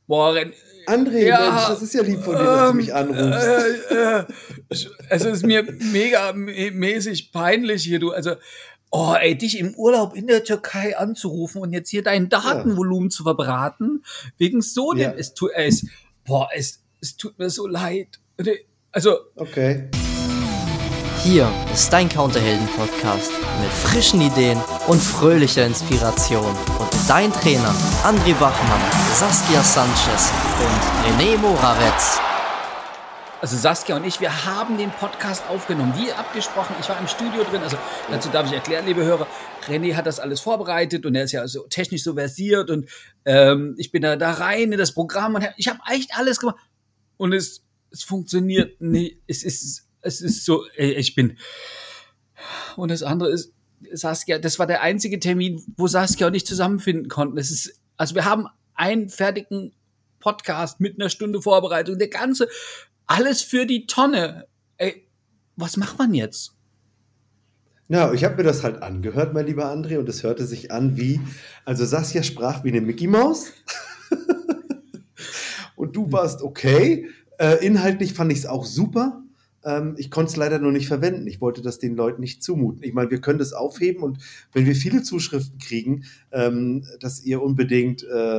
Boah, André, ja, Mensch, das ist ja lieb von dir, dass du mich anrufst. Es ist mir mega mäßig peinlich hier, du. Also, oh, ey, dich im Urlaub in der Türkei anzurufen und jetzt hier dein Ja, Datenvolumen zu verbraten, wegen so dem, ja, es tut mir so leid. Also, okay. Hier ist dein Counterhelden-Podcast mit frischen Ideen und fröhlicher Inspiration. Und dein Trainer André Bachmann, Saskia Sanchez und René Moravetz. Also Saskia und ich, wir haben den Podcast aufgenommen, wie abgesprochen. Ich war im Studio drin, also dazu darf ich erklären, liebe Hörer, René hat das alles vorbereitet und er ist ja so technisch so versiert und ich bin da rein in das Programm und ich habe echt alles gemacht und es funktioniert nicht. Es ist so, ich bin... Und das andere ist, Saskia, das war der einzige Termin, wo Saskia und ich zusammenfinden konnten. Also wir haben einen fertigen Podcast mit einer Stunde Vorbereitung, der ganze, alles für die Tonne. Ey, was macht man jetzt? Na, ich habe mir das halt angehört, mein lieber André, und es hörte sich an wie, also Saskia sprach wie eine Mickey Maus und du warst okay. Inhaltlich fand ich es auch super. Ich konnte es leider nur nicht verwenden. Ich wollte das den Leuten nicht zumuten. Ich meine, wir können das aufheben und wenn wir viele Zuschriften kriegen, dass sie es unbedingt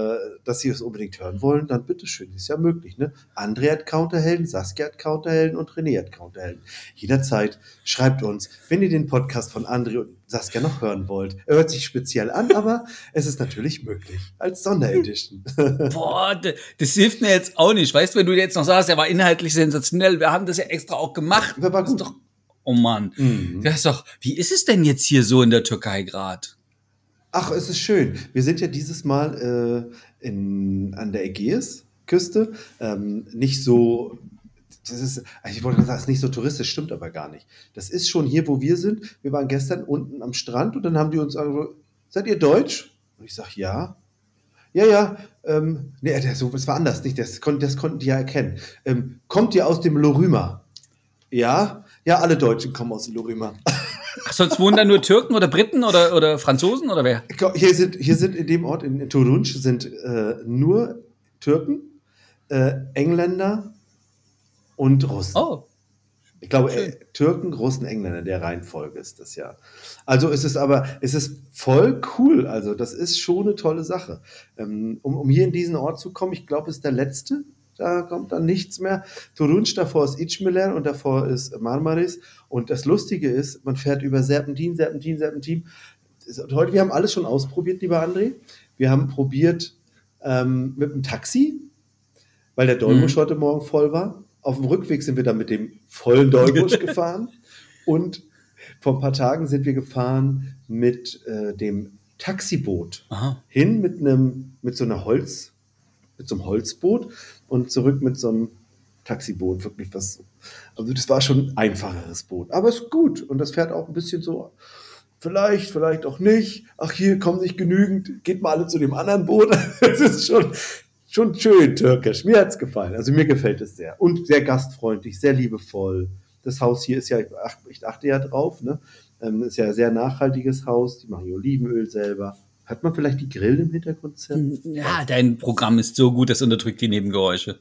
hören wollen, dann bitteschön, ist ja möglich. Ne? André hat Counterhelden, Saskia hat Counterhelden und René hat Counterhelden. Jederzeit schreibt uns, wenn ihr den Podcast von André und Saskia noch hören wollt. Er hört sich speziell an, aber es ist natürlich möglich als Sonderedition. Boah, das hilft mir jetzt auch nicht. Weißt du, wenn du jetzt noch sagst, er war inhaltlich sensationell, wir haben das ja extra auch gemacht. War Das ist gut. doch, oh Mann. Das ist doch, wie ist es denn jetzt hier so in der Türkei gerade? Ach, es ist schön. Wir sind ja dieses Mal an der Ägäisküste. Nicht so, ich wollte sagen, es ist nicht so touristisch, stimmt aber gar nicht. Das ist schon hier, wo wir sind. Wir waren gestern unten am Strand und dann haben die uns angesprochen, seid ihr Deutsch? Und ich sage, ja. Ja, ja, nee, es war anders, nicht, das konnten die ja erkennen. Kommt ihr aus dem Lorüma? Ja, ja, alle Deutschen kommen aus dem Lorüma. Ach, sonst wohnen da nur Türken oder Briten oder Franzosen oder wer? Hier sind in dem Ort, in Turunç, sind nur Türken, Engländer und Russen. Oh, Ich glaube, schön. Türken, Russen, Engländer, der Reihenfolge ist das ja. Also es ist voll cool. Also das ist schon eine tolle Sache. Um hier in diesen Ort zu kommen, ich glaube, es ist der letzte. Da kommt dann nichts mehr. Turunç, davor ist İzmir und davor ist Marmaris. Und das Lustige ist, man fährt über Serpentin. Und heute, wir haben alles schon ausprobiert, lieber André. Wir haben probiert mit dem Taxi, weil der Dolmusch heute Morgen voll war. Auf dem Rückweg sind wir dann mit dem vollen Dolmusch gefahren. Und vor ein paar Tagen sind wir gefahren mit dem Taxiboot. Aha. Hin mit so einem Holzboot und zurück mit so einem Taxiboot. Wirklich was. Also das war schon ein einfacheres Boot. Aber es ist gut. Und das fährt auch ein bisschen so. Vielleicht auch nicht. Ach, hier kommen nicht genügend. Geht mal alle zu dem anderen Boot. Es ist schon schön türkisch. Mir hat es gefallen. Also mir gefällt es sehr. Und sehr gastfreundlich, sehr liebevoll. Das Haus hier ist ja, ich achte ja drauf, ne? Ist ja ein sehr nachhaltiges Haus. Die machen ihr Olivenöl selber. Hat man vielleicht die Grillen im Hintergrund? Ja, dein Programm ist so gut, das unterdrückt die Nebengeräusche.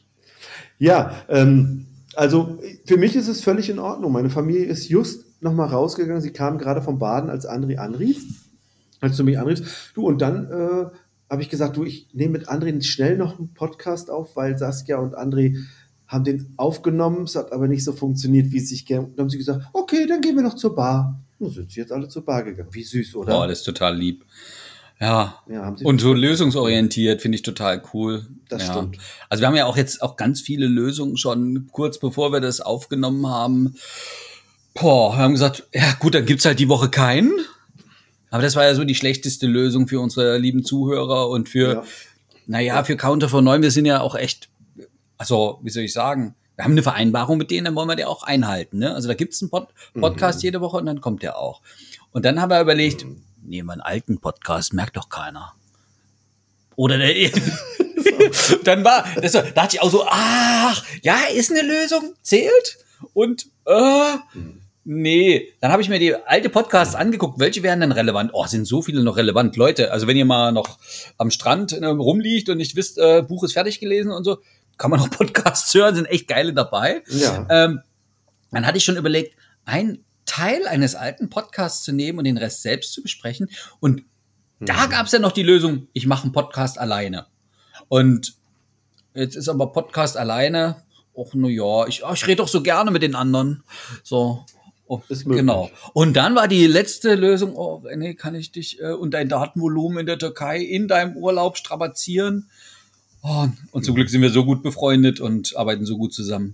Ja, also für mich ist es völlig in Ordnung. Meine Familie ist just nochmal rausgegangen. Sie kam gerade vom Baden, als André anrief. Als du mich anriefst. Du, und dann habe ich gesagt, du, ich nehme mit André schnell noch einen Podcast auf, weil Saskia und André haben den aufgenommen. Es hat aber nicht so funktioniert, wie es sich gerne. Dann haben sie gesagt, okay, dann gehen wir noch zur Bar. Dann sind sie jetzt alle zur Bar gegangen. Wie süß, oder? Boah, das ist total lieb. Ja, Ja, haben sie und so lösungsorientiert finde ich total cool. Das ja. stimmt. Also wir haben ja auch jetzt auch ganz viele Lösungen schon kurz bevor wir das aufgenommen haben. Boah, wir haben gesagt, ja gut, dann gibt's halt die Woche keinen. Aber das war ja so die schlechteste Lösung für unsere lieben Zuhörer und für Counter for 9. Wir sind ja auch echt, also wie soll ich sagen, wir haben eine Vereinbarung mit denen, dann wollen wir die auch einhalten. Ne? Also da gibt's einen Podcast jede Woche und dann kommt der auch. Und dann haben wir überlegt, nehmen wir einen alten Podcast, merkt doch keiner. Oder der dann da dachte ich auch so, ach, ja, ist eine Lösung, zählt. Und Nee, dann habe ich mir die alte Podcasts angeguckt. Welche wären denn relevant? Oh, sind so viele noch relevant. Leute, also wenn ihr mal noch am Strand rumliegt und nicht wisst, Buch ist fertig gelesen und so, kann man noch Podcasts hören, sind echt geile dabei. Ja. Dann hatte ich schon überlegt, einen Teil eines alten Podcasts zu nehmen und den Rest selbst zu besprechen. Und da gab es ja noch die Lösung, ich mache einen Podcast alleine. Und jetzt ist aber Podcast alleine, ach na ja, ich rede doch so gerne mit den anderen. So, Ist möglich. genau. Und dann war die letzte Lösung, oh René, kann ich dich und dein Datenvolumen in der Türkei in deinem Urlaub strapazieren? Oh, und zum Glück sind wir so gut befreundet und arbeiten so gut zusammen.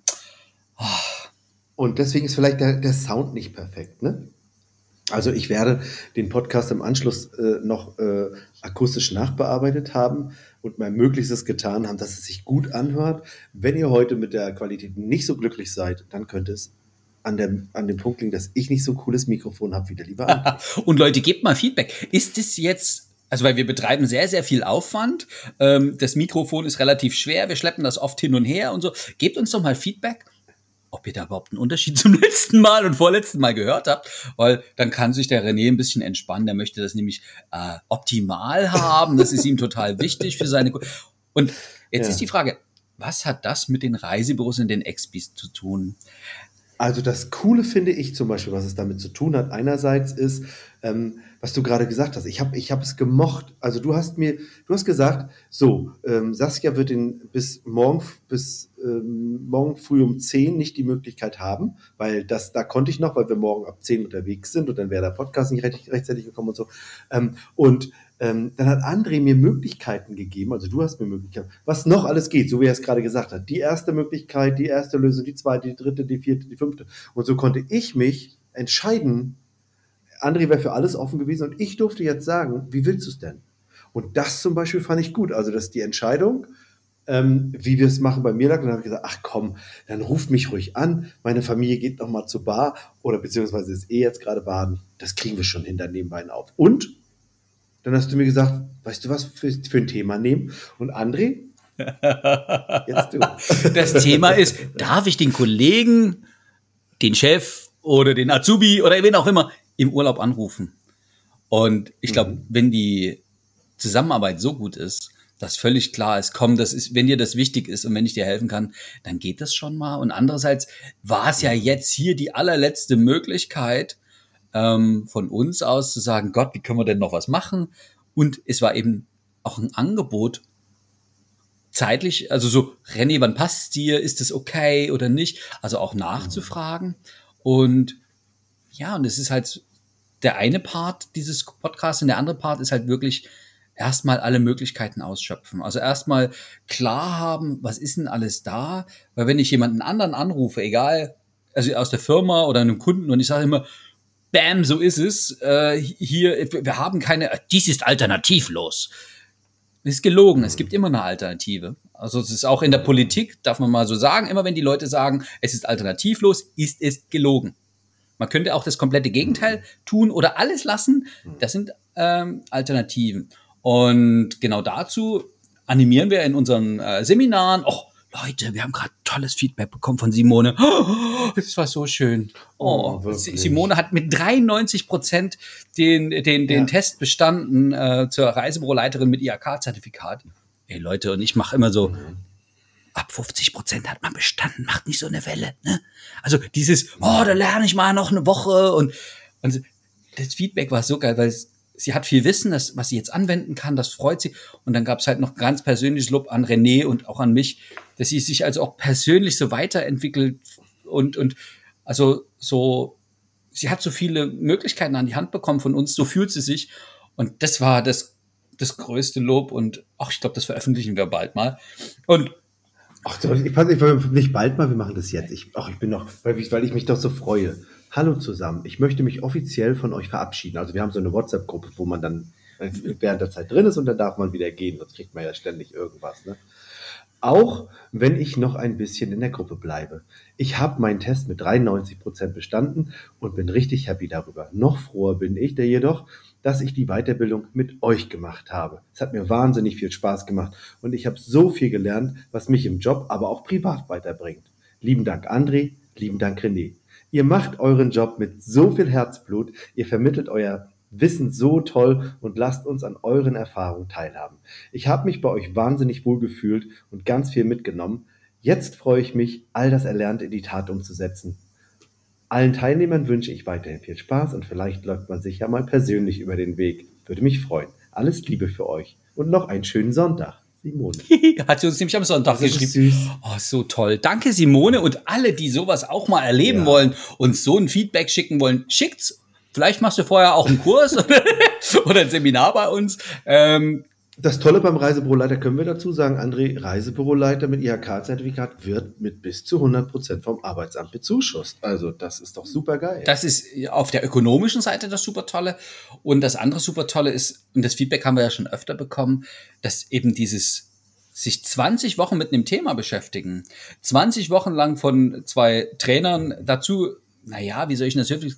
Und deswegen ist vielleicht der Sound nicht perfekt, ne? Also ich werde den Podcast im Anschluss noch akustisch nachbearbeitet haben und mein Möglichstes getan haben, dass es sich gut anhört. Wenn ihr heute mit der Qualität nicht so glücklich seid, dann könnte es an dem Punkt liegen, dass ich nicht so ein cooles Mikrofon habe wie der liebe André. Und Leute, gebt mal Feedback. Ist es jetzt, also weil wir betreiben sehr, sehr viel Aufwand. Das Mikrofon ist relativ schwer. Wir schleppen das oft hin und her und so. Gebt uns doch mal Feedback, ob ihr da überhaupt einen Unterschied zum letzten Mal und vorletzten Mal gehört habt, weil dann kann sich der René ein bisschen entspannen. Der möchte das nämlich optimal haben. Das ist ihm total wichtig für seine... Und jetzt ist die Frage, was hat das mit den Reisebüros und den Expis zu tun? Also das Coole finde ich zum Beispiel, was es damit zu tun hat, einerseits ist, was du gerade gesagt hast, ich hab es gemocht. Also du hast gesagt, so, Saskia wird bis morgen früh um 10 nicht die Möglichkeit haben, weil da konnte ich noch, weil wir morgen ab 10 unterwegs sind und dann wäre der Podcast nicht rechtzeitig gekommen und so. Dann hat André mir Möglichkeiten gegeben, also du hast mir Möglichkeiten, was noch alles geht, so wie er es gerade gesagt hat. Die erste Möglichkeit, die erste Lösung, die zweite, die dritte, die vierte, die fünfte. Und so konnte ich mich entscheiden. André wäre für alles offen gewesen und ich durfte jetzt sagen, wie willst du es denn? Und das zum Beispiel fand ich gut. Also, dass die Entscheidung, wie wir es machen, bei mir lag. Und dann habe ich gesagt, ach komm, dann ruft mich ruhig an. Meine Familie geht noch mal zur Bar oder beziehungsweise ist jetzt gerade baden. Das kriegen wir schon hinter den Beinen auf. Und dann hast du mir gesagt, weißt du was für ein Thema nehmen? Und André, jetzt du. Das Thema ist, darf ich den Kollegen, den Chef oder den Azubi oder wen auch immer im Urlaub anrufen? Und ich glaube, wenn die Zusammenarbeit so gut ist, dass völlig klar ist, komm, das ist, wenn dir das wichtig ist und wenn ich dir helfen kann, dann geht das schon mal. Und andererseits war es ja jetzt hier die allerletzte Möglichkeit, von uns aus zu sagen, Gott, wie können wir denn noch was machen? Und es war eben auch ein Angebot, zeitlich, also so, René, wann passt dir? Ist das okay oder nicht? Also auch nachzufragen. Und ja, und es ist halt der eine Part dieses Podcasts und der andere Part ist halt wirklich erstmal alle Möglichkeiten ausschöpfen. Also erstmal klar haben, was ist denn alles da? Weil wenn ich jemanden anderen anrufe, egal, also aus der Firma oder einem Kunden und ich sage immer, bam, so ist es, hier, wir haben dies ist alternativlos. Das ist gelogen, es gibt immer eine Alternative. Also es ist auch in der Politik, darf man mal so sagen, immer wenn die Leute sagen, es ist alternativlos, ist es gelogen. Man könnte auch das komplette Gegenteil tun oder alles lassen. Das sind Alternativen. Und genau dazu animieren wir in unseren Seminaren. Oh, Leute, wir haben gerade tolles Feedback bekommen von Simone. Oh, das war so schön. Oh, Simone hat mit 93% den Test bestanden zur Reisebüroleiterin mit IHK-Zertifikat. Ey Leute, und ich mache immer so, ab 50% hat man bestanden, macht nicht so eine Welle. Ne? Also dieses, da lerne ich mal noch eine Woche. Und das Feedback war so geil, weil sie hat viel Wissen, was sie jetzt anwenden kann, das freut sie. Und dann gab es halt noch ganz persönliches Lob an René und auch an mich, dass sie sich also auch persönlich so weiterentwickelt und also so, sie hat so viele Möglichkeiten an die Hand bekommen von uns, so fühlt sie sich. Und das war das größte Lob und ich glaube, das veröffentlichen wir bald mal. Und ich will nicht bald mal, wir machen das jetzt. Ich bin noch, weil ich mich doch so freue. Hallo zusammen, ich möchte mich offiziell von euch verabschieden. Also wir haben so eine WhatsApp-Gruppe, wo man dann während der Zeit drin ist und dann darf man wieder gehen, sonst kriegt man ja ständig irgendwas. Ne? Auch wenn ich noch ein bisschen in der Gruppe bleibe. Ich habe meinen Test mit 93% bestanden und bin richtig happy darüber. Noch froher bin ich jedoch, dass ich die Weiterbildung mit euch gemacht habe. Es hat mir wahnsinnig viel Spaß gemacht und ich habe so viel gelernt, was mich im Job, aber auch privat weiterbringt. Lieben Dank, André, lieben Dank, René. Ihr macht euren Job mit so viel Herzblut, ihr vermittelt euer Wissen so toll und lasst uns an euren Erfahrungen teilhaben. Ich habe mich bei euch wahnsinnig wohl gefühlt und ganz viel mitgenommen. Jetzt freue ich mich, all das Erlernte in die Tat umzusetzen. Allen Teilnehmern wünsche ich weiterhin viel Spaß und vielleicht läuft man sich ja mal persönlich über den Weg. Würde mich freuen. Alles Liebe für euch und noch einen schönen Sonntag. Simone. Hat sie uns nämlich am Sonntag Das ist geschrieben. süß. Oh, so toll. Danke, Simone. Und alle, die sowas auch mal erleben wollen, uns so ein Feedback schicken wollen, schickt's. Vielleicht machst du vorher auch einen Kurs oder ein Seminar bei uns. Das Tolle beim Reisebüroleiter können wir dazu sagen, André, Reisebüroleiter mit IHK-Zertifikat wird mit bis zu 100% vom Arbeitsamt bezuschusst. Also das ist doch super geil. Das ist auf der ökonomischen Seite das super Tolle. Und das andere super Tolle ist, und das Feedback haben wir ja schon öfter bekommen, dass eben dieses sich 20 Wochen mit einem Thema beschäftigen, 20 Wochen lang von 2 Trainern dazu, naja, wie soll ich das höflich,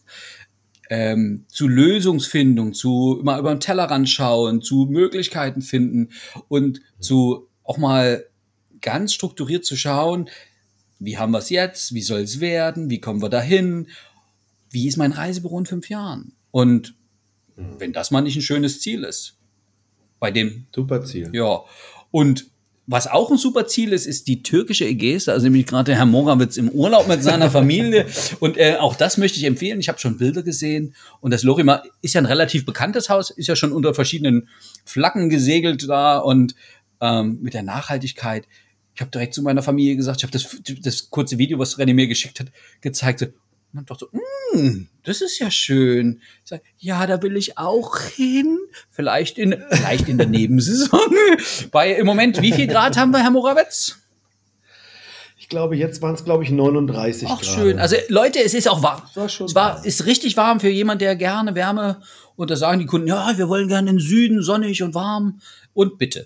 zu Lösungsfindung, zu immer über den Tellerrand schauen, zu Möglichkeiten finden und zu auch mal ganz strukturiert zu schauen, wie haben wir es jetzt, wie soll es werden, wie kommen wir dahin, wie ist mein Reisebüro in 5 Jahren? Und wenn das mal nicht ein schönes Ziel ist, bei dem, Super Ziel. ja, und was auch ein super Ziel ist, ist die türkische Ägäis. Also nämlich gerade der Herr Morawitz im Urlaub mit seiner Familie. Und auch das möchte ich empfehlen. Ich habe schon Bilder gesehen. Und das Lorima ist ja ein relativ bekanntes Haus, ist ja schon unter verschiedenen Flaggen gesegelt da. Und mit der Nachhaltigkeit. Ich habe direkt zu meiner Familie gesagt, ich habe das kurze Video, was René mir geschickt hat, gezeigt. Und dachte so, das ist ja schön. Ich sag, ja, da will ich auch hin. Vielleicht in der Nebensaison. Im Moment, wie viel Grad haben wir, Herr Morawitz? Ich glaube, jetzt waren es, 39 Ach, Grad. schön. Also Leute, es ist auch warm. War schon Ist richtig warm für jemanden, der gerne Wärme. Und da sagen die Kunden, ja, wir wollen gerne in den Süden, sonnig und warm. Und bitte.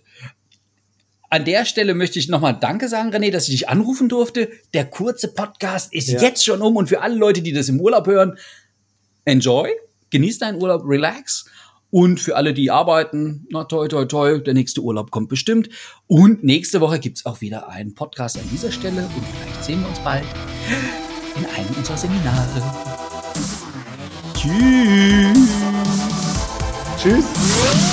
An der Stelle möchte ich nochmal Danke sagen, René, dass ich dich anrufen durfte. Der kurze Podcast ist jetzt schon um. Und für alle Leute, die das im Urlaub hören, enjoy, genieß deinen Urlaub, relax. Und für alle, die arbeiten, na toi, toi, toi, der nächste Urlaub kommt bestimmt. Und nächste Woche gibt's auch wieder einen Podcast an dieser Stelle. Und vielleicht sehen wir uns bald in einem unserer Seminare. Tschüss. Tschüss.